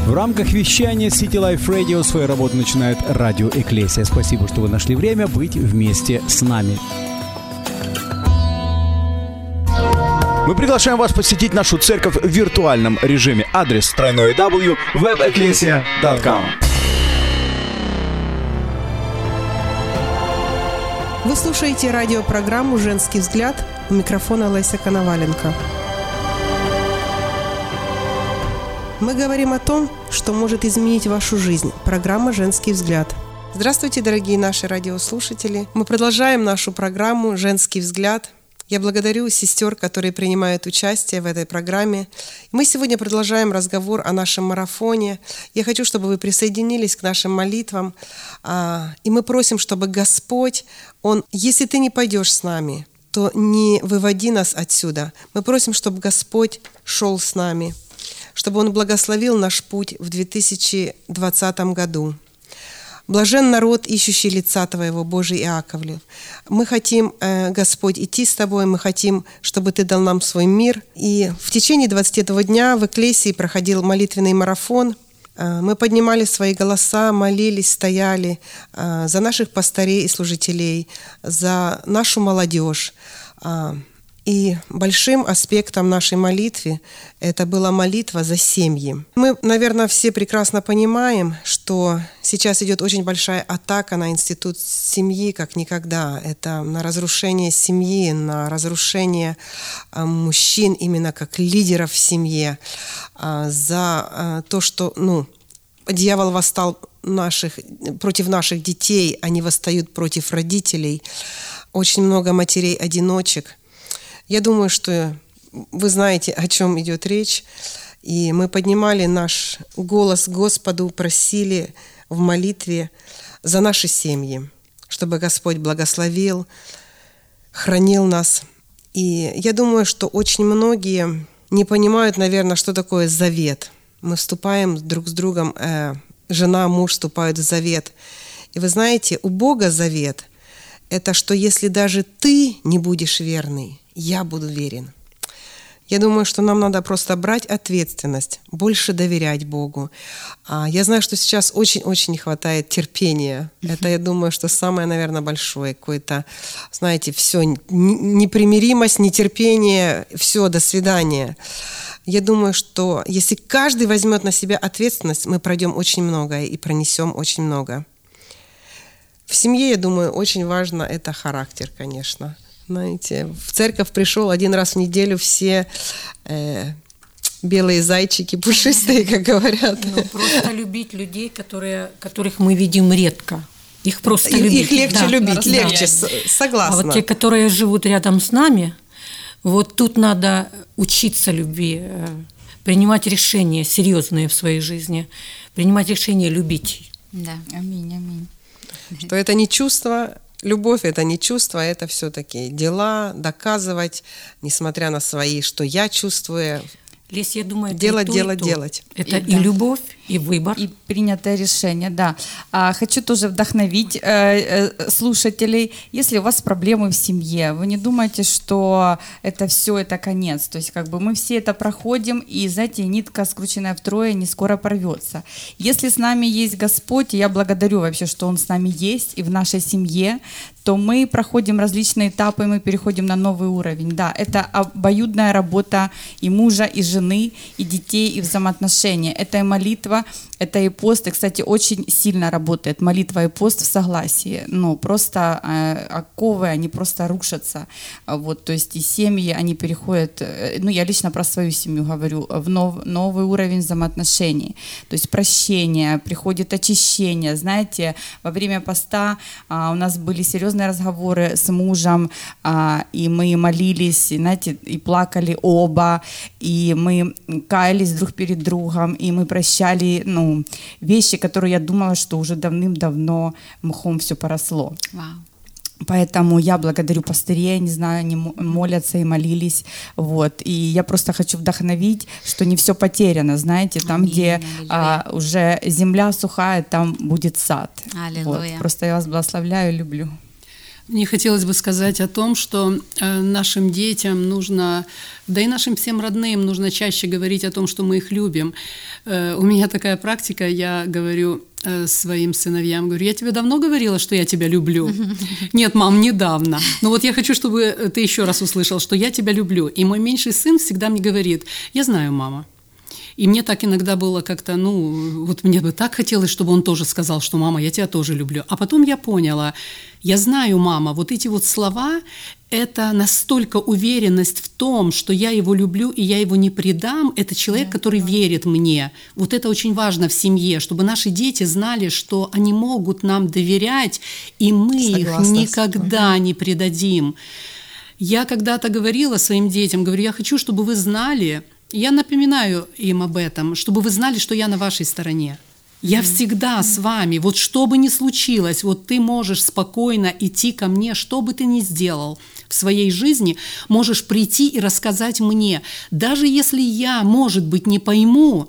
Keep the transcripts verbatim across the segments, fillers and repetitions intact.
В рамках вещания City Life Radio свою работу начинает радио Экклесия. Спасибо, что вы нашли время быть вместе с нами. Мы приглашаем вас посетить нашу церковь в виртуальном режиме. Адрес тройной дабл ю точка веб экклесия точка ком. Вы слушаете радиопрограмму «Женский взгляд». У микрофона Леся Коноваленко. Мы говорим о том, что может изменить вашу жизнь. Программа «Женский взгляд». Здравствуйте, дорогие наши радиослушатели. Мы продолжаем нашу программу «Женский взгляд». Я благодарю сестер, которые принимают участие в этой программе. Мы сегодня продолжаем разговор о нашем марафоне. Я хочу, чтобы вы присоединились к нашим молитвам. И мы просим, чтобы Господь, Он, если ты не пойдешь с нами, то не выводи нас отсюда. Мы просим, чтобы Господь шел с нами, чтобы Он благословил наш путь в две тысячи двадцатом году. Блажен народ, ищущий лица Твоего, Божий Иаковлев. Мы хотим, Господь, идти с Тобой, мы хотим, чтобы Ты дал нам свой мир. И в течение двадцатого дня в Экклесии проходил молитвенный марафон. Мы поднимали свои голоса, молились, стояли за наших пастырей и служителей, за нашу молодежь. И большим аспектом нашей молитвы это была молитва за семьи. Мы, наверное, все прекрасно понимаем, что сейчас идет очень большая атака на институт семьи, как никогда. Это на разрушение семьи, на разрушение мужчин именно как лидеров в семье, за то, что ну, дьявол восстал наших, против наших детей, они восстают против родителей. Очень много матерей-одиночек. Я думаю, что вы знаете, о чем идет речь. И мы поднимали наш голос Господу, просили в молитве за наши семьи, чтобы Господь благословил, хранил нас. И я думаю, что очень многие не понимают, наверное, что такое завет. Мы вступаем друг с другом, э, жена, муж вступают в завет. И вы знаете, у Бога завет – это что если даже ты не будешь верный, я буду верен. Я думаю, что нам надо просто брать ответственность, больше доверять Богу. Я знаю, что сейчас очень-очень не хватает терпения. Это, я думаю, что самое, наверное, большое какое-то, знаете, все, непримиримость, нетерпение, все, до свидания. Я думаю, что если каждый возьмет на себя ответственность, мы пройдем очень многое и пронесем очень много. В семье, я думаю, очень важно это характер, конечно. Знаете, в церковь пришел один раз в неделю все э, белые зайчики, пушистые, как говорят. Ну, просто любить людей, которые, которых мы видим редко. Их просто их, любить. Их легче да, любить, легче, да. Согласна. А вот те, которые живут рядом с нами, вот тут надо учиться любви, принимать решения серьезные в своей жизни, принимать решения любить. Да, аминь, аминь. Что это не чувство. Любовь – это не чувство, это все-таки дела, доказывать, несмотря на свои, что я чувствую. Лесь, я думаю, это делать, и то, делать, и то. делать. Это и, и да. любовь, и выбор. И принятое решение, да. А, хочу тоже вдохновить э, э, слушателей. Если у вас проблемы в семье, вы не думайте, что это все, это конец. То есть как бы мы все это проходим, и, знаете, нитка, скрученная втрое, не скоро порвется. Если с нами есть Господь, и я благодарю вообще, что Он с нами есть, и в нашей семье, то мы проходим различные этапы, мы переходим на новый уровень. Да, это обоюдная работа и мужа, и жены, и детей, и взаимоотношения. Это и молитва, это и пост. И, кстати, очень сильно работает молитва и пост в согласии. Ну, просто э, оковы, они просто рушатся. Вот, то есть и семьи, они переходят, э, ну, я лично про свою семью говорю, в нов, новый уровень взаимоотношений. То есть прощение, приходит очищение. Знаете, во время поста э, у нас были серьезные разговоры с мужем, а, и мы молились, и, знаете, и плакали оба, и мы каялись друг перед другом, и мы прощали, ну, вещи, которые я думала, что уже давным-давно мхом все поросло. Вау. Поэтому я благодарю пастырей, не знаю, они молятся и молились. Вот. И я просто хочу вдохновить, что не все потеряно, знаете, там, Аминь, где а, уже земля сухая, там будет сад. Вот. Просто я вас благословляю и люблю. Мне хотелось бы сказать о том, что э, нашим детям нужно, да и нашим всем родным нужно чаще говорить о том, что мы их любим. Э, у меня такая практика, я говорю э, своим сыновьям, говорю, я тебе давно говорила, что я тебя люблю? Нет, мам, недавно. Но вот я хочу, чтобы ты еще раз услышал, что я тебя люблю. И мой меньший сын всегда мне говорит, я знаю, мама. И мне так иногда было как-то, ну, вот мне бы так хотелось, чтобы он тоже сказал, что «мама, я тебя тоже люблю». А потом я поняла, я знаю, мама, вот эти вот слова – это настолько уверенность в том, что я его люблю и я его не предам. Это человек, который верит мне. Вот это очень важно в семье, чтобы наши дети знали, что они могут нам доверять, и мы Согласна. Их никогда не предадим. Я когда-то говорила своим детям, говорю, я хочу, чтобы вы знали, я напоминаю им об этом, чтобы вы знали, что я на вашей стороне. Я mm-hmm. всегда с вами. Вот что бы ни случилось, вот ты можешь спокойно идти ко мне, что бы ты ни сделал в своей жизни, можешь прийти и рассказать мне. Даже если я, может быть, не пойму,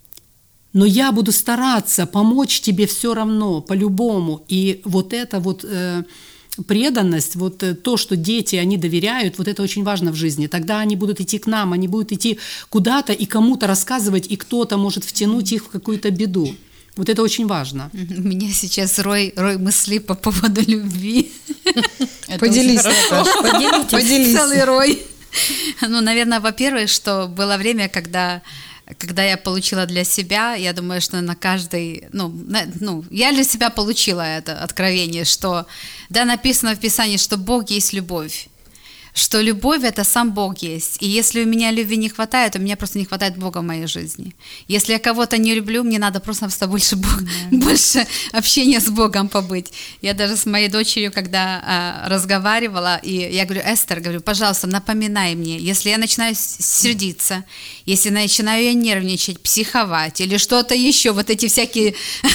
но я буду стараться помочь тебе все равно, по-любому. И вот это вот... Э, преданность, вот то, что дети, они доверяют, вот это очень важно в жизни. Тогда они будут идти к нам, они будут идти куда-то и кому-то рассказывать, и кто-то может втянуть их в какую-то беду. Вот это очень важно. У меня сейчас рой, рой мыслей по поводу любви. Поделись. Поделись. Целый рой. Ну, наверное, во-первых, что было время, когда... Когда я получила для себя, я думаю, что на каждый, ну, на, ну, я для себя получила это откровение, что, да, написано в Писании, что Бог есть любовь, что любовь – это сам Бог есть, и если у меня любви не хватает, у меня просто не хватает Бога в моей жизни. Если я кого-то не люблю, мне надо просто больше, Бог, yeah. больше общения с Богом побыть. Я даже с моей дочерью, когда а, разговаривала, и я говорю, Эстер, говорю, пожалуйста, напоминай мне, если я начинаю сердиться, если начинаю я нервничать, психовать или что-то еще, вот эти всякие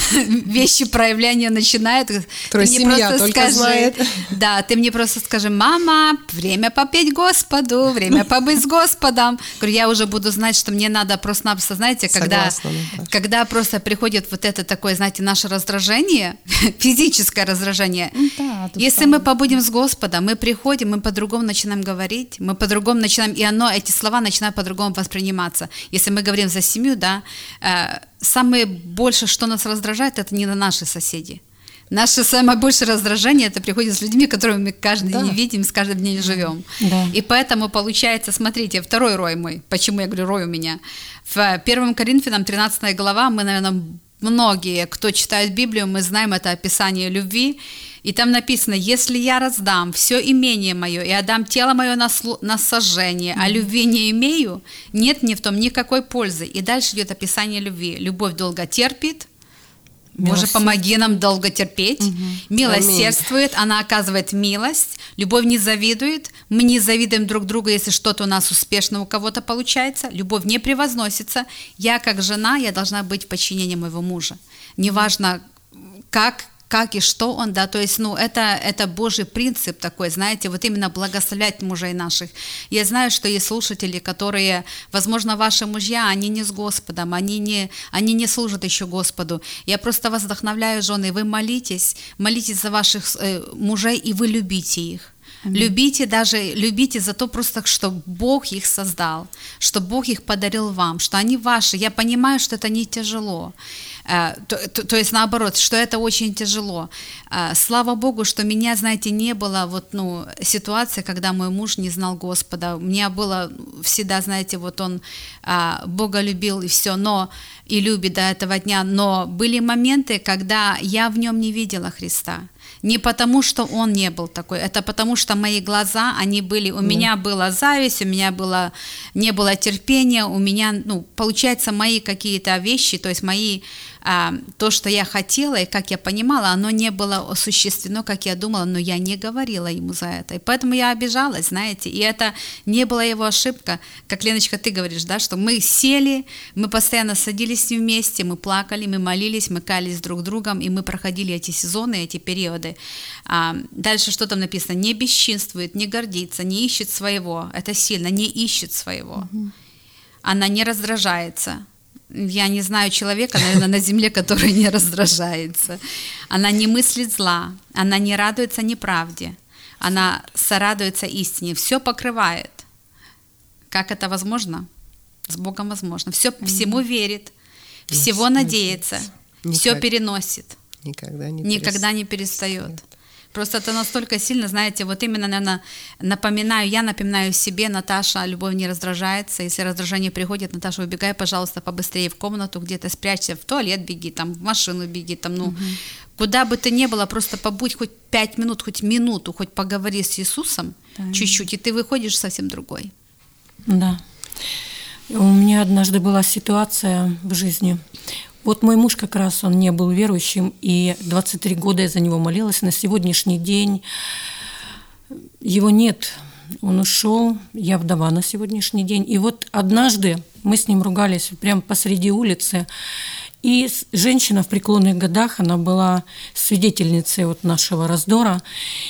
вещи, проявления начинают, которые семья только скажи, знает. Да, ты мне просто скажи, мама, время попеть Господу, время побыть с Господом. Говорю, я уже буду знать, что мне надо просто-напросто, знаете, когда, когда просто приходит вот это такое, знаете, наше раздражение, физическое раздражение. Да, если мы побудем с Господом, мы приходим, мы по-другому начинаем говорить, мы по-другому начинаем, и оно, эти слова начинают по-другому восприниматься. Если мы говорим за семью, да, э, самое больше, что нас раздражает, это не на наши соседи. Наше самое большее раздражение это приходит с людьми, которыми мы каждый да. день видим, с каждым днем живем. Да. И поэтому получается, смотрите, второй рой мой. Почему я говорю рой у меня? В первом Коринфянам тринадцатая глава, мы, наверное, многие, кто читает Библию, мы знаем это описание любви. И там написано, если я раздам все имение мое и отдам тело мое на, слу- на сожжение, mm-hmm. а любви не имею, нет мне в том никакой пользы. И дальше идет описание любви. Любовь долго терпит. Боже, помоги нам долго терпеть. Угу. Милосердствует, она оказывает милость. Любовь не завидует. Мы не завидуем друг другу, если что-то у нас успешно у кого-то получается. Любовь не превозносится. Я, как жена, я должна быть в подчинении моего мужа. Неважно, как, как и что он, да, то есть, ну, это, это Божий принцип такой, знаете, вот именно благословлять мужей наших. Я знаю, что есть слушатели, которые, возможно, ваши мужья, они не с Господом, они не, они не служат еще Господу. Я просто вас вдохновляю, жены, вы молитесь, молитесь за ваших э, мужей, и вы любите их. Mm-hmm. Любите даже, любите за то просто, что Бог их создал, что Бог их подарил вам, что они ваши. Я понимаю, что это не тяжело. То, то, то есть наоборот, что это очень тяжело. Слава Богу, что меня, знаете, не было вот, ну, ситуации, когда мой муж не знал Господа. У меня было всегда, знаете, вот он Бога любил и все, но и любит до этого дня, но были моменты, когда я в нем не видела Христа. Не потому, что он не был такой, это потому, что мои глаза, они были, у mm. меня была зависть, у меня было, не было терпения, у меня, ну, получается, мои какие-то вещи, то есть мои, а, то, что я хотела и как я понимала, оно не было осуществлено, как я думала, но я не говорила ему за это, и поэтому я обижалась, знаете, и это не была его ошибка, как, Леночка, ты говоришь, да, что мы сели, мы постоянно садились вместе, мы плакали, мы молились, мы каялись друг другом, и мы проходили эти сезоны, эти периоды. А дальше что там написано? Не бесчинствует, не гордится, не ищет своего. Это сильно, не ищет своего. Угу. Она не раздражается. Я не знаю человека, наверное, на земле, который не раздражается. Она не мыслит зла, она не радуется неправде. она сорадуется истине, все покрывает. Как это возможно? С Богом возможно. Все, mm-hmm. Всему верит, всего yes, надеется, никак, все переносит. Никогда не, никогда не перестает. Просто это настолько сильно, знаете, вот именно, наверное, напоминаю, я напоминаю себе, Наташа, любовь не раздражается. Если раздражение приходит, Наташа, убегай, пожалуйста, побыстрее в комнату, где-то спрячься, в туалет беги, там, в машину беги, там, ну, угу. Куда бы ты ни было, просто побудь хоть пять минут, хоть минуту, хоть поговори с Иисусом да. чуть-чуть, и ты выходишь совсем другой. Да. У меня однажды была ситуация в жизни. Вот мой муж как раз, он не был верующим, и двадцать три года я за него молилась. На сегодняшний день его нет, он ушел, я вдова на сегодняшний день. И вот однажды мы с ним ругались прямо посреди улицы, и женщина в преклонных годах, она была свидетельницей вот нашего раздора.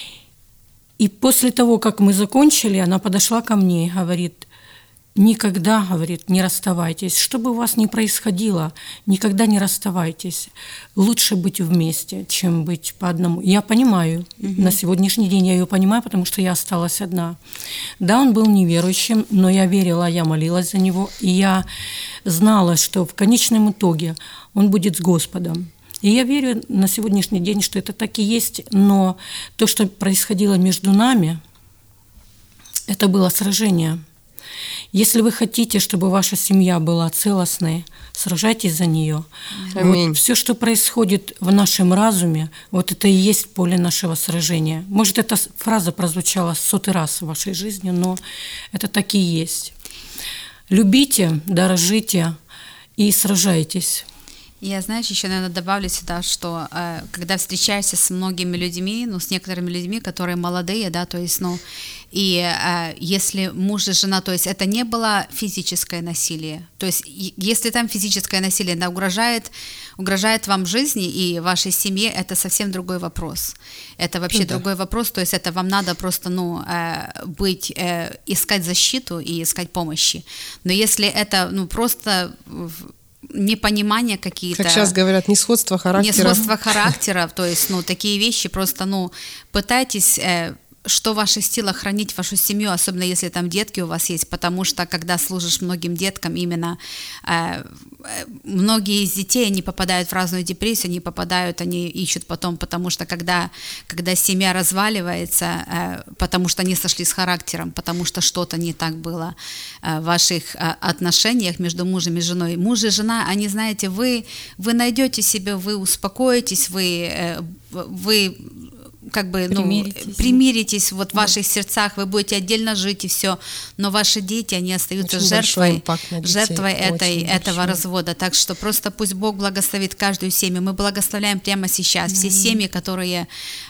И после того, как мы закончили, она подошла ко мне и говорит: никогда, говорит, не расставайтесь. Что бы у вас ни происходило, никогда не расставайтесь. Лучше быть вместе, чем быть по одному. Я понимаю, угу. На сегодняшний день я ее понимаю, потому что я осталась одна. Да, он был неверующим, но я верила, я молилась за него, и я знала, что в конечном итоге он будет с Господом. И я верю на сегодняшний день, что это так и есть, но то, что происходило между нами, это было сражение. Если вы хотите, чтобы ваша семья была целостной, сражайтесь за нее. Вот все, что происходит в нашем разуме, вот это и есть поле нашего сражения. Может, эта фраза прозвучала сотый раз в вашей жизни, но это так и есть. Любите, дорожите и сражайтесь. Я, знаешь, еще, наверное, добавлю сюда, что э, когда встречаешься с многими людьми, ну, с некоторыми людьми, которые молодые, да, то есть, ну, и э, если муж и жена, то есть это не было физическое насилие, то есть если там физическое насилие, да, угрожает, угрожает вам жизни и вашей семье, это совсем другой вопрос. Это вообще да. другой вопрос, то есть это вам надо просто, ну, э, быть, э, искать защиту и искать помощи. Но если это, ну, просто... непонимание какие-то. Как сейчас говорят, несходство характеров. Несходство характеров, то есть, ну, такие вещи просто, ну, пытайтесь, э, что в ваших силах хранить вашу семью, особенно если там детки у вас есть, потому что, когда служишь многим деткам, именно э, многие из детей, они попадают в разную депрессию, они попадают, они ищут потом, потому что, когда, когда семья разваливается, э, потому что они сошли с характером, потому что что-то не так было э, в ваших э, отношениях между мужем и женой. Муж и жена, они, знаете, вы, вы найдете себя, вы успокоитесь, вы, э, вы как бы, ну, примиритесь, примиритесь вот в да. ваших сердцах, вы будете отдельно жить и все, но ваши дети, они остаются очень жертвой, жертвой этой, этого развода. Так что просто пусть Бог благословит каждую семью. Мы благословляем прямо сейчас mm-hmm. все семьи, которые,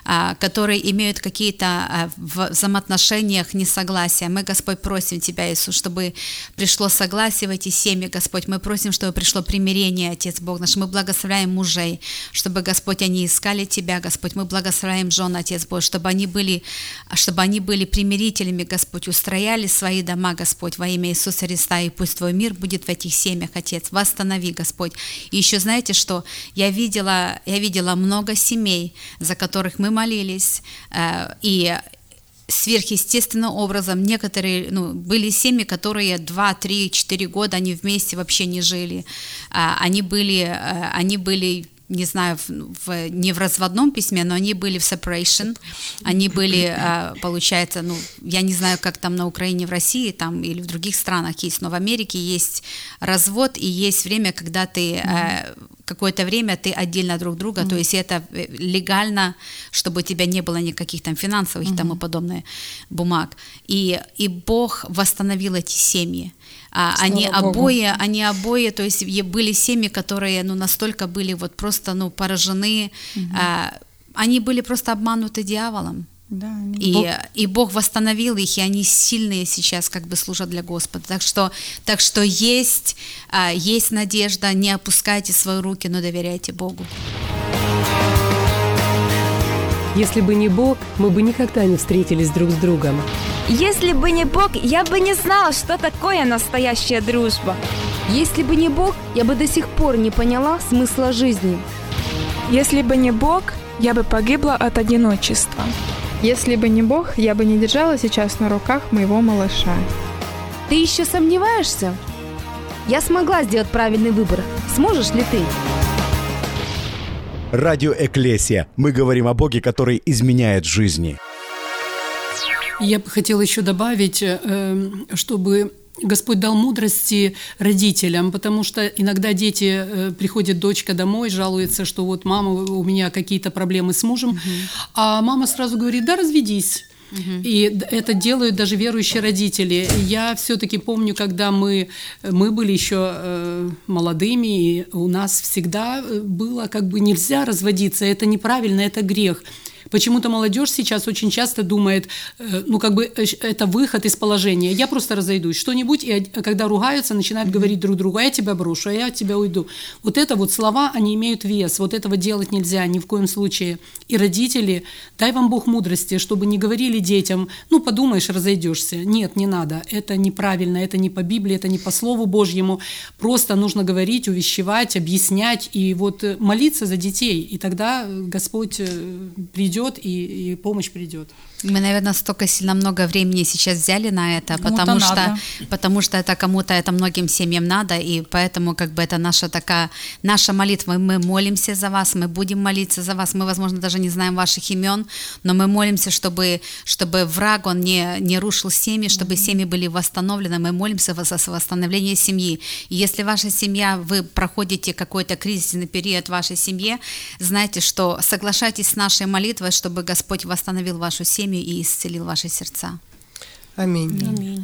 которые имеют какие-то в взаимоотношениях несогласия. Мы, Господь, просим Тебя, Иисус, чтобы пришло согласие в эти семьи, Господь. Мы просим, чтобы пришло примирение, Отец Бог наш. Мы благословляем мужей, чтобы, Господь, они искали Тебя, Господь. Мы благословляем жен, Отец Божий, чтобы они были, чтобы они были примирителями, Господь, устрояли свои дома, Господь, во имя Иисуса Христа, и пусть Твой мир будет в этих семьях, Отец. Восстанови, Господь. И еще знаете, что я видела, я видела много семей, за которых мы молились, э, и сверхъестественным образом некоторые, ну, были семьи, которые два, три, четыре года, они вместе вообще не жили, э, они были, э, они были не знаю, в, в, не в разводном письме, но они были в separation, они были, получается, ну, я не знаю, как там на Украине, в России, там или в других странах есть, но в Америке есть развод, и есть время, когда ты, mm-hmm. какое-то время ты отдельно друг друга, mm-hmm. то есть это легально, чтобы у тебя не было никаких там финансовых и mm-hmm. тому подобное бумаг. И, и Бог восстановил эти семьи. А, они обои, они обои, то есть были семьи, которые, ну, настолько были вот просто, ну, поражены, угу. а, они были просто обмануты дьяволом. Да, и, Бог... и Бог восстановил их, и они сильные сейчас как бы служат для Господа. Так что, так что есть, а, есть надежда, не опускайте свои руки, но доверяйте Богу. Если бы не Бог, мы бы никогда не встретились друг с другом. Если бы не Бог, я бы не знала, что такое настоящая дружба. Если бы не Бог, я бы до сих пор не поняла смысла жизни. Если бы не Бог, я бы погибла от одиночества. Если бы не Бог, я бы не держала сейчас на руках моего малыша. Ты еще сомневаешься? Я смогла сделать правильный выбор. Сможешь ли ты? Радио Экклесия. Мы говорим о Боге, который изменяет жизни. Я бы хотела еще добавить, чтобы Господь дал мудрости родителям, потому что иногда дети, приходит дочка домой, жалуется, что вот мама, у меня какие-то проблемы с мужем, uh-huh. а мама сразу говорит, да, разведись. Uh-huh. И это делают даже верующие родители. Я все-таки помню, когда мы, мы были еще э, молодыми, и у нас всегда было как бы нельзя разводиться, это неправильно, это грех. Почему-то молодежь сейчас очень часто думает, ну, как бы это выход из положения. Я просто разойдусь, что-нибудь, и когда ругаются, начинают mm-hmm. говорить друг другу, а я тебя брошу, а я от тебя уйду. Вот это вот слова, они имеют вес, вот этого делать нельзя ни в коем случае. И родители, дай вам Бог мудрости, чтобы не говорили детям, ну, подумаешь, разойдешься. Нет, не надо, это неправильно, это не по Библии, это не по Слову Божьему. Просто нужно говорить, увещевать, объяснять и вот молиться за детей, и тогда Господь придет, И, и помощь придет. Мы, наверное, столько сильно много времени сейчас взяли на это, потому что, потому что это кому-то, это многим семьям надо, и поэтому как бы это наша такая, наша молитва. Мы молимся за вас, мы будем молиться за вас. Мы, возможно, даже не знаем ваших имен, но мы молимся, чтобы, чтобы враг, он не, не рушил семьи, чтобы mm-hmm. семьи были восстановлены. Мы молимся за восстановление семьи. И если ваша семья, вы проходите какой-то кризисный период в вашей семье, знайте, что соглашайтесь с нашей молитвой, чтобы Господь восстановил вашу семью и исцелил ваши сердца. Аминь. Аминь.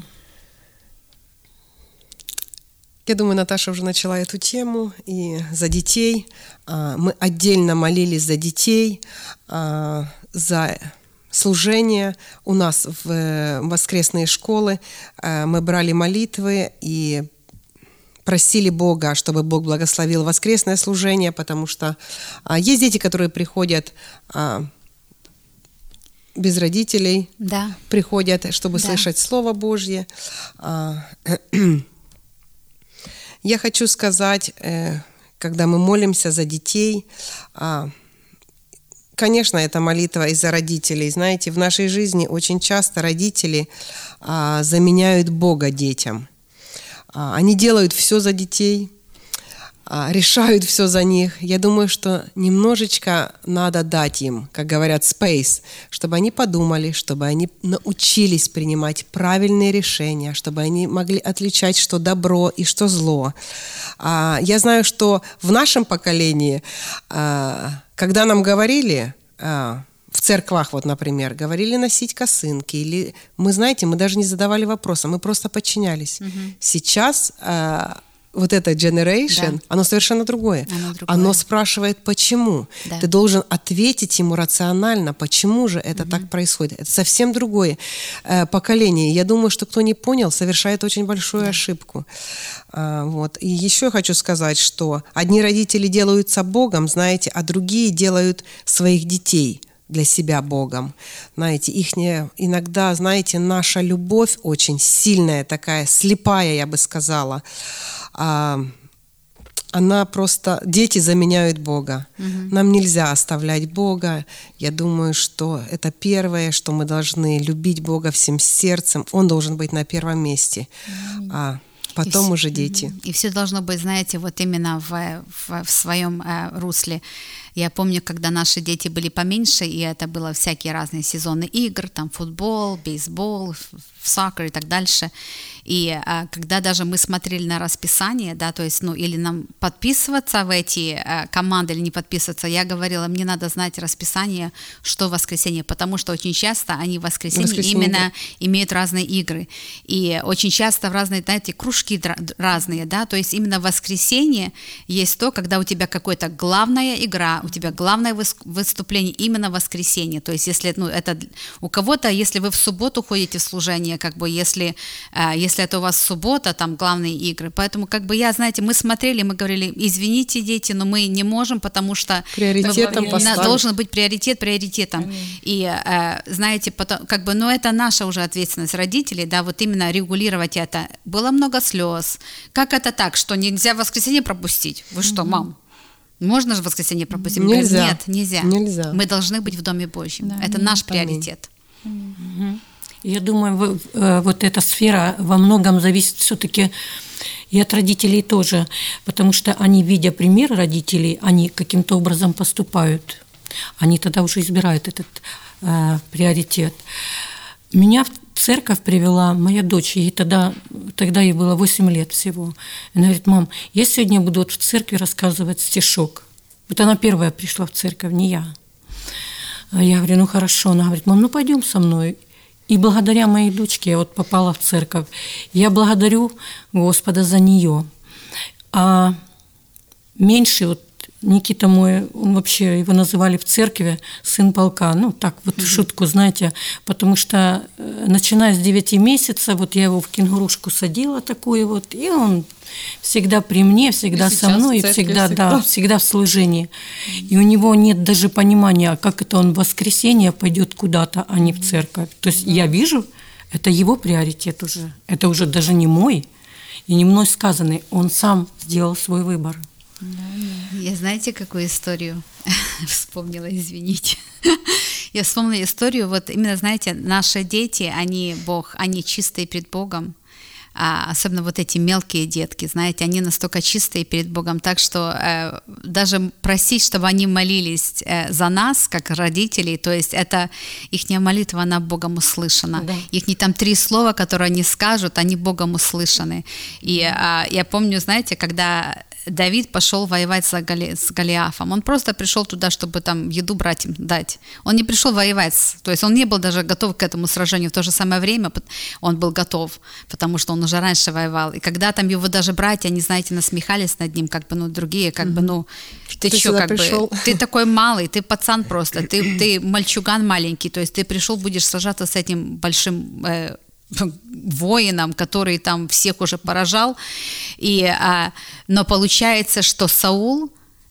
Я думаю, Наташа уже начала эту тему, и за детей. Мы отдельно молились за детей, за служение. У нас в воскресные школы мы брали молитвы и просили Бога, чтобы Бог благословил воскресное служение, потому что есть дети, которые приходят без родителей, да. приходят, чтобы да. слышать Слово Божье. Я хочу сказать, когда мы молимся за детей, конечно, это молитва из-за родителей. Знаете, в нашей жизни очень часто родители заменяют Бога детям. Они делают все за детей, решают все за них. Я думаю, что немножечко надо дать им, как говорят, space, чтобы они подумали, чтобы они научились принимать правильные решения, чтобы они могли отличать, что добро и что зло. Я знаю, что в нашем поколении, когда нам говорили, в церквах, вот, например, говорили носить косынки, или мы, знаете, мы даже не задавали вопроса, мы просто подчинялись. Угу. Сейчас вот это generation, да. оно совершенно другое. Оно, другое. Оно спрашивает, почему. Да. Ты должен ответить ему рационально, почему же это угу. так происходит. Это совсем другое э, поколение. Я думаю, что кто не понял, совершает очень большую да. ошибку. А, вот. И еще хочу сказать, что одни родители делаются Богом, знаете, а другие делают своих детей для себя Богом. Знаете, ихняя, иногда, знаете, наша любовь очень сильная такая, слепая, я бы сказала. А, она просто... Дети заменяют Бога. Угу. Нам нельзя оставлять Бога. Я думаю, что это первое, что мы должны любить Бога всем сердцем. Он должен быть на первом месте. Угу. А потом и уже дети. И все должно быть, знаете, вот именно в, в, в своем э, русле. Я помню, когда наши дети были поменьше, и это было всякие разные сезоны игр, там футбол, бейсбол, сокер и так дальше. И а, когда даже мы смотрели на расписание, да, то есть, ну, или нам подписываться в эти а, команды, или не подписываться, я говорила, мне надо знать расписание, что в воскресенье, потому что очень часто они в воскресенье, воскресенье именно да. имеют разные игры. И очень часто в разные, знаете, кружки разные, да, то есть именно в воскресенье есть то, когда у тебя какая-то главная игра, у тебя главное выступление именно в воскресенье. То есть если, ну, это у кого-то, если вы в субботу ходите в служение, как бы если, если это у вас суббота, там главные игры. Поэтому как бы я, знаете, мы смотрели, мы говорили, извините, дети, но мы не можем, потому что приоритетом мы, должен быть приоритет приоритетом. Аминь. И знаете, потом, как бы, ну это наша уже ответственность родителей, да, вот именно регулировать это. Было много слез. Как это так, что нельзя в воскресенье пропустить? Вы что, мам? Можно же в воскресенье пропустить? Нельзя. Нет, нельзя. Нельзя. Мы должны быть в Доме Божьем. Да, это наш приоритет. Угу. Я думаю, вот эта сфера во многом зависит все-таки и от родителей тоже, потому что они, видя пример родителей, они каким-то образом поступают. Они тогда уже избирают этот э, приоритет. Меня в церковь привела моя дочь, ей тогда, тогда ей было восемь лет всего. Она говорит: мам, я сегодня буду вот в церкви рассказывать стишок. Вот она первая пришла в церковь, не я. Я говорю: ну хорошо. Она говорит: мам, ну пойдем со мной. И благодаря моей дочке я вот попала в церковь. Я благодарю Господа за нее. А меньше вот Никита мой, он вообще, его называли в церкви сын полка, ну так вот в шутку, знаете, потому что начиная с девяти месяцев, вот я его в кенгурушку садила такую вот, и он всегда при мне, всегда со мной, и всегда, всегда, да, всегда в служении. И у него нет даже понимания, как это он в воскресенье пойдет куда-то, а не в церковь. То есть да. Я вижу, это его приоритет уже, это уже даже не мой и не мной сказанный, он сам сделал свой выбор. Я знаете, какую историю вспомнила, извините. Я вспомнила историю, вот именно, знаете, наши дети, они Бог, они чистые перед Богом, а особенно вот эти мелкие детки, знаете, они настолько чистые перед Богом, так что э, даже просить, чтобы они молились э, за нас, как родителей, то есть это ихняя молитва, она Богом услышана. Да. Их не там три слова, которые они скажут, они Богом услышаны. И э, я помню, знаете, когда Давид пошел воевать с, Гали, с Голиафом. Он просто пришел туда, чтобы там еду братьям дать. Он не пришел воевать, то есть он не был даже готов к этому сражению. В то же самое время он был готов, потому что он уже раньше воевал. И когда там его даже братья, они, знаете, насмехались над ним, как бы, ну, другие, как mm-hmm. бы, ну, ты, ты что, как пришел? бы, ты такой малый, ты пацан просто, ты, ты мальчуган маленький, то есть ты пришел, будешь сражаться с этим большим э, воином, который там всех уже поражал. И, а, но получается, что Саул,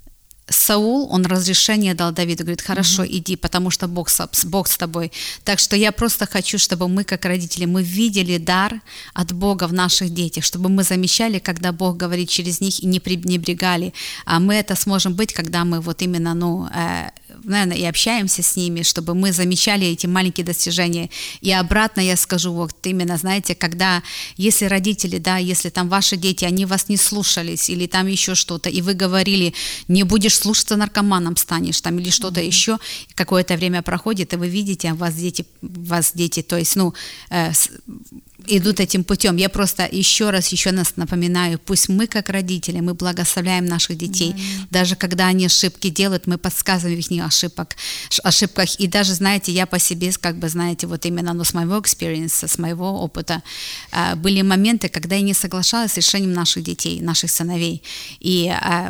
Саул, он разрешение дал Давиду, говорит: хорошо, mm-hmm. иди, потому что Бог, Бог с тобой. Так что я просто хочу, чтобы мы, как родители, мы видели дар от Бога в наших детях, чтобы мы замечали, когда Бог говорит через них, и не пренебрегали. А мы это сможем быть, когда мы вот именно, ну, э, наверное, и общаемся с ними, чтобы мы замечали эти маленькие достижения. И обратно я скажу, вот именно, знаете, когда, если родители, да, если там ваши дети, они вас не слушались, или там еще что-то, и вы говорили: не будешь слушаться, наркоманом станешь, там, или что-то mm-hmm. еще, и какое-то время проходит, и вы видите, а вас дети, вас дети, то есть, ну, э, с, идут этим путем. Я просто еще раз, еще раз напоминаю, пусть мы, как родители, мы благословляем наших детей, mm-hmm. даже когда они ошибки делают, мы подсказываем их ошибок, ошибках, и даже, знаете, я по себе, как бы, знаете, вот именно, ну, с моего экспириенса, с моего опыта, э, были моменты, когда я не соглашалась с решением наших детей, наших сыновей, и э,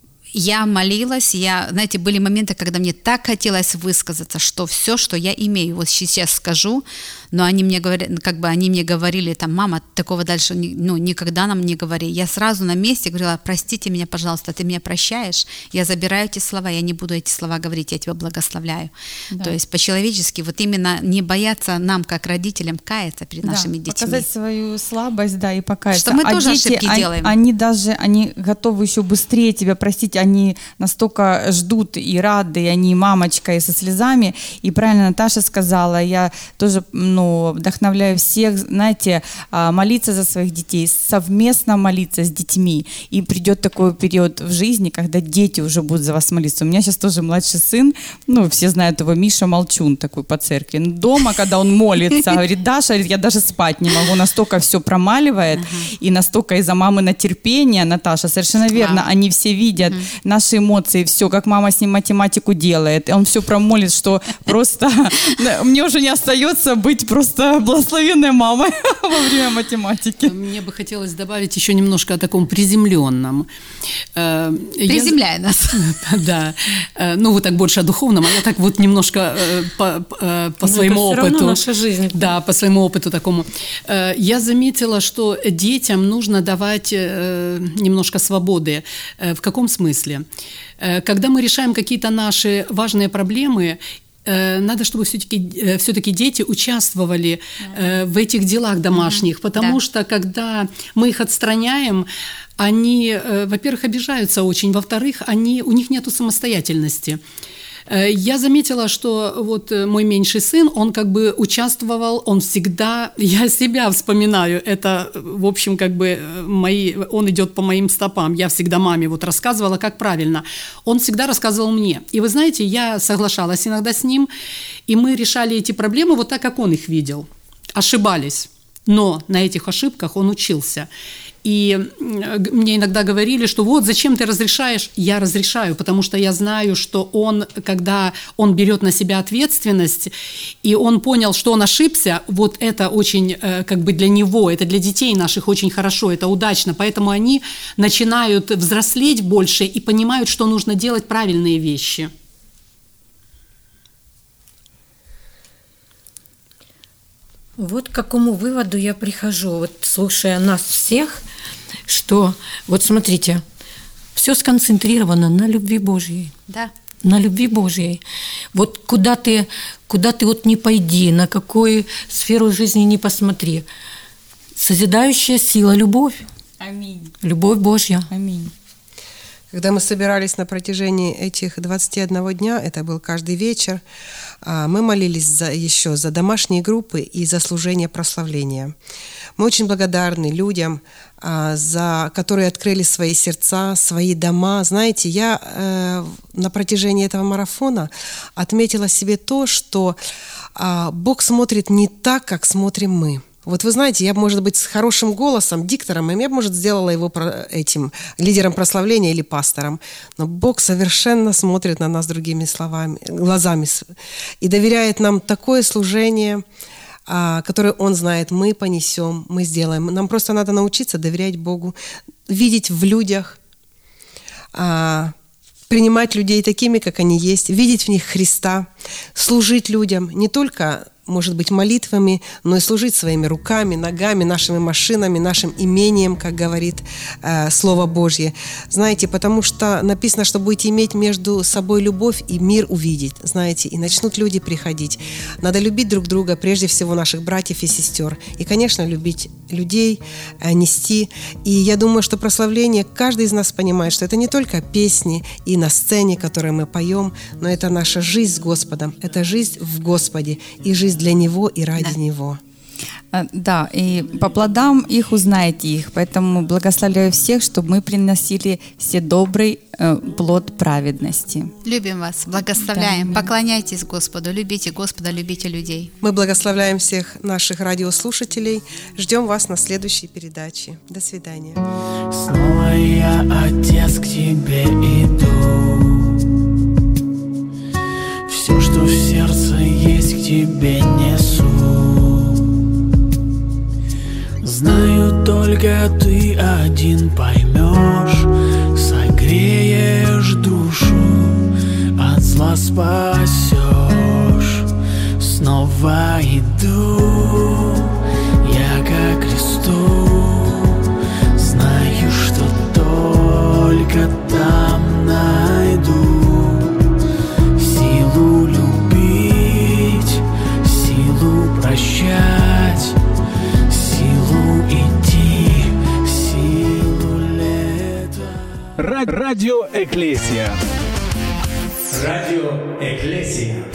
я молилась, я, знаете, были моменты, когда мне так хотелось высказаться, что все, что я имею, вот сейчас скажу, но они мне говорили, как бы они мне говорили, там: мама, такого дальше, ну, никогда нам не говори. Я сразу на месте говорила: простите меня, пожалуйста, ты меня прощаешь, я забираю эти слова, я не буду эти слова говорить, я тебя благословляю. Да. То есть по-человечески, вот именно не бояться нам, как родителям, каяться перед да, нашими детьми. Показать свою слабость, да, и покаяться. Что мы а тоже дети, ошибки они, делаем. Они даже, они готовы еще быстрее тебя простить, они настолько ждут и рады, и они мамочка, и со слезами. И правильно Наташа сказала, я тоже, ну, вдохновляю всех, знаете, молиться за своих детей, совместно молиться с детьми. И придет такой период в жизни, когда дети уже будут за вас молиться. У меня сейчас тоже младший сын, ну, все знают его, Миша Молчун такой по церкви. Но дома, когда он молится, говорит: Даша, я даже спать не могу, настолько все промаливает, uh-huh. и настолько из-за мамы на терпение, Наташа, совершенно верно, uh-huh. они все видят uh-huh. наши эмоции, все, как мама с ним математику делает. И он все промолит, что просто мне уже не остается быть просто благословенной мамой во время математики. Мне бы хотелось добавить еще немножко о таком приземленном. Приземляй нас. Да. Ну, вы так больше о духовном, а я так вот немножко по, по своему опыту. Наша жизнь. Да, по своему опыту такому. Я заметила, что детям нужно давать немножко свободы. В каком смысле? Когда мы решаем какие-то наши важные проблемы, надо, чтобы все-таки, все-таки дети участвовали в этих делах домашних, потому да. что когда мы их отстраняем, они, во-первых, обижаются очень, во-вторых, они, у них нет самостоятельности. Я заметила, что вот мой меньший сын, он как бы участвовал, он всегда, я себя вспоминаю, это, в общем, как бы мои, он идет по моим стопам, я всегда маме вот рассказывала, как правильно, он всегда рассказывал мне. И вы знаете, я соглашалась иногда с ним, и мы решали эти проблемы вот так, как он их видел, ошибались, но на этих ошибках он учился. И мне иногда говорили, что вот зачем ты разрешаешь? Я разрешаю, потому что я знаю, что он, когда он берет на себя ответственность, и он понял, что он ошибся, вот это очень как бы для него, это для детей наших очень хорошо, это удачно, поэтому они начинают взрослеть больше и понимают, что нужно делать правильные вещи. Вот к какому выводу я прихожу, вот слушая нас всех, что, вот смотрите, все сконцентрировано на любви Божьей. Да. На любви Божьей. Вот куда ты, куда ты вот не пойди, на какую сферу жизни не посмотри. Созидающая сила – любовь. Аминь. Любовь Божья. Аминь. Когда мы собирались на протяжении этих двадцати одного дня, это был каждый вечер, мы молились за, еще за домашние группы и за служение прославления. Мы очень благодарны людям, за, которые открыли свои сердца, свои дома. Знаете, я э, на протяжении этого марафона отметила себе то, что э, Бог смотрит не так, как смотрим мы. Вот вы знаете, я, может быть, с хорошим голосом, диктором, и я, может, сделала его этим лидером прославления или пастором, но Бог совершенно смотрит на нас другими словами, глазами и доверяет нам такое служение, которое Он знает, мы понесем, мы сделаем. Нам просто надо научиться доверять Богу, видеть в людях, принимать людей такими, как они есть, видеть в них Христа, служить людям не только, может быть, молитвами, но и служить своими руками, ногами, нашими машинами, нашим имением, как говорит э, Слово Божье. Знаете, потому что написано, что будете иметь между собой любовь и мир увидеть, знаете, и начнут люди приходить. Надо любить друг друга, прежде всего наших братьев и сестер. И, конечно, любить людей, э, нести. И я думаю, что прославление, каждый из нас понимает, что это не только песни и на сцене, которые мы поем, но это наша жизнь с Господом, это жизнь в Господе и жизнь для Него и ради да. Него. Да, и по плодам их узнаете их, поэтому благословляю всех, чтобы мы приносили все добрый э, плод праведности. Любим вас, благословляем, да. Поклоняйтесь Господу, любите Господа, любите людей. Мы благословляем всех наших радиослушателей, ждем вас на следующей передаче. До свидания. Снова я, Отец, к Тебе иду. Все, что в сердце есть, к Тебе несу. Знаю, только Ты один поймешь, согреешь душу, от зла спасешь. Снова иду я ко кресту, знаю, что только там найду силу любить, силу прощать, силу идти, силу лета. Радио Экклесия. Радио Экклесия.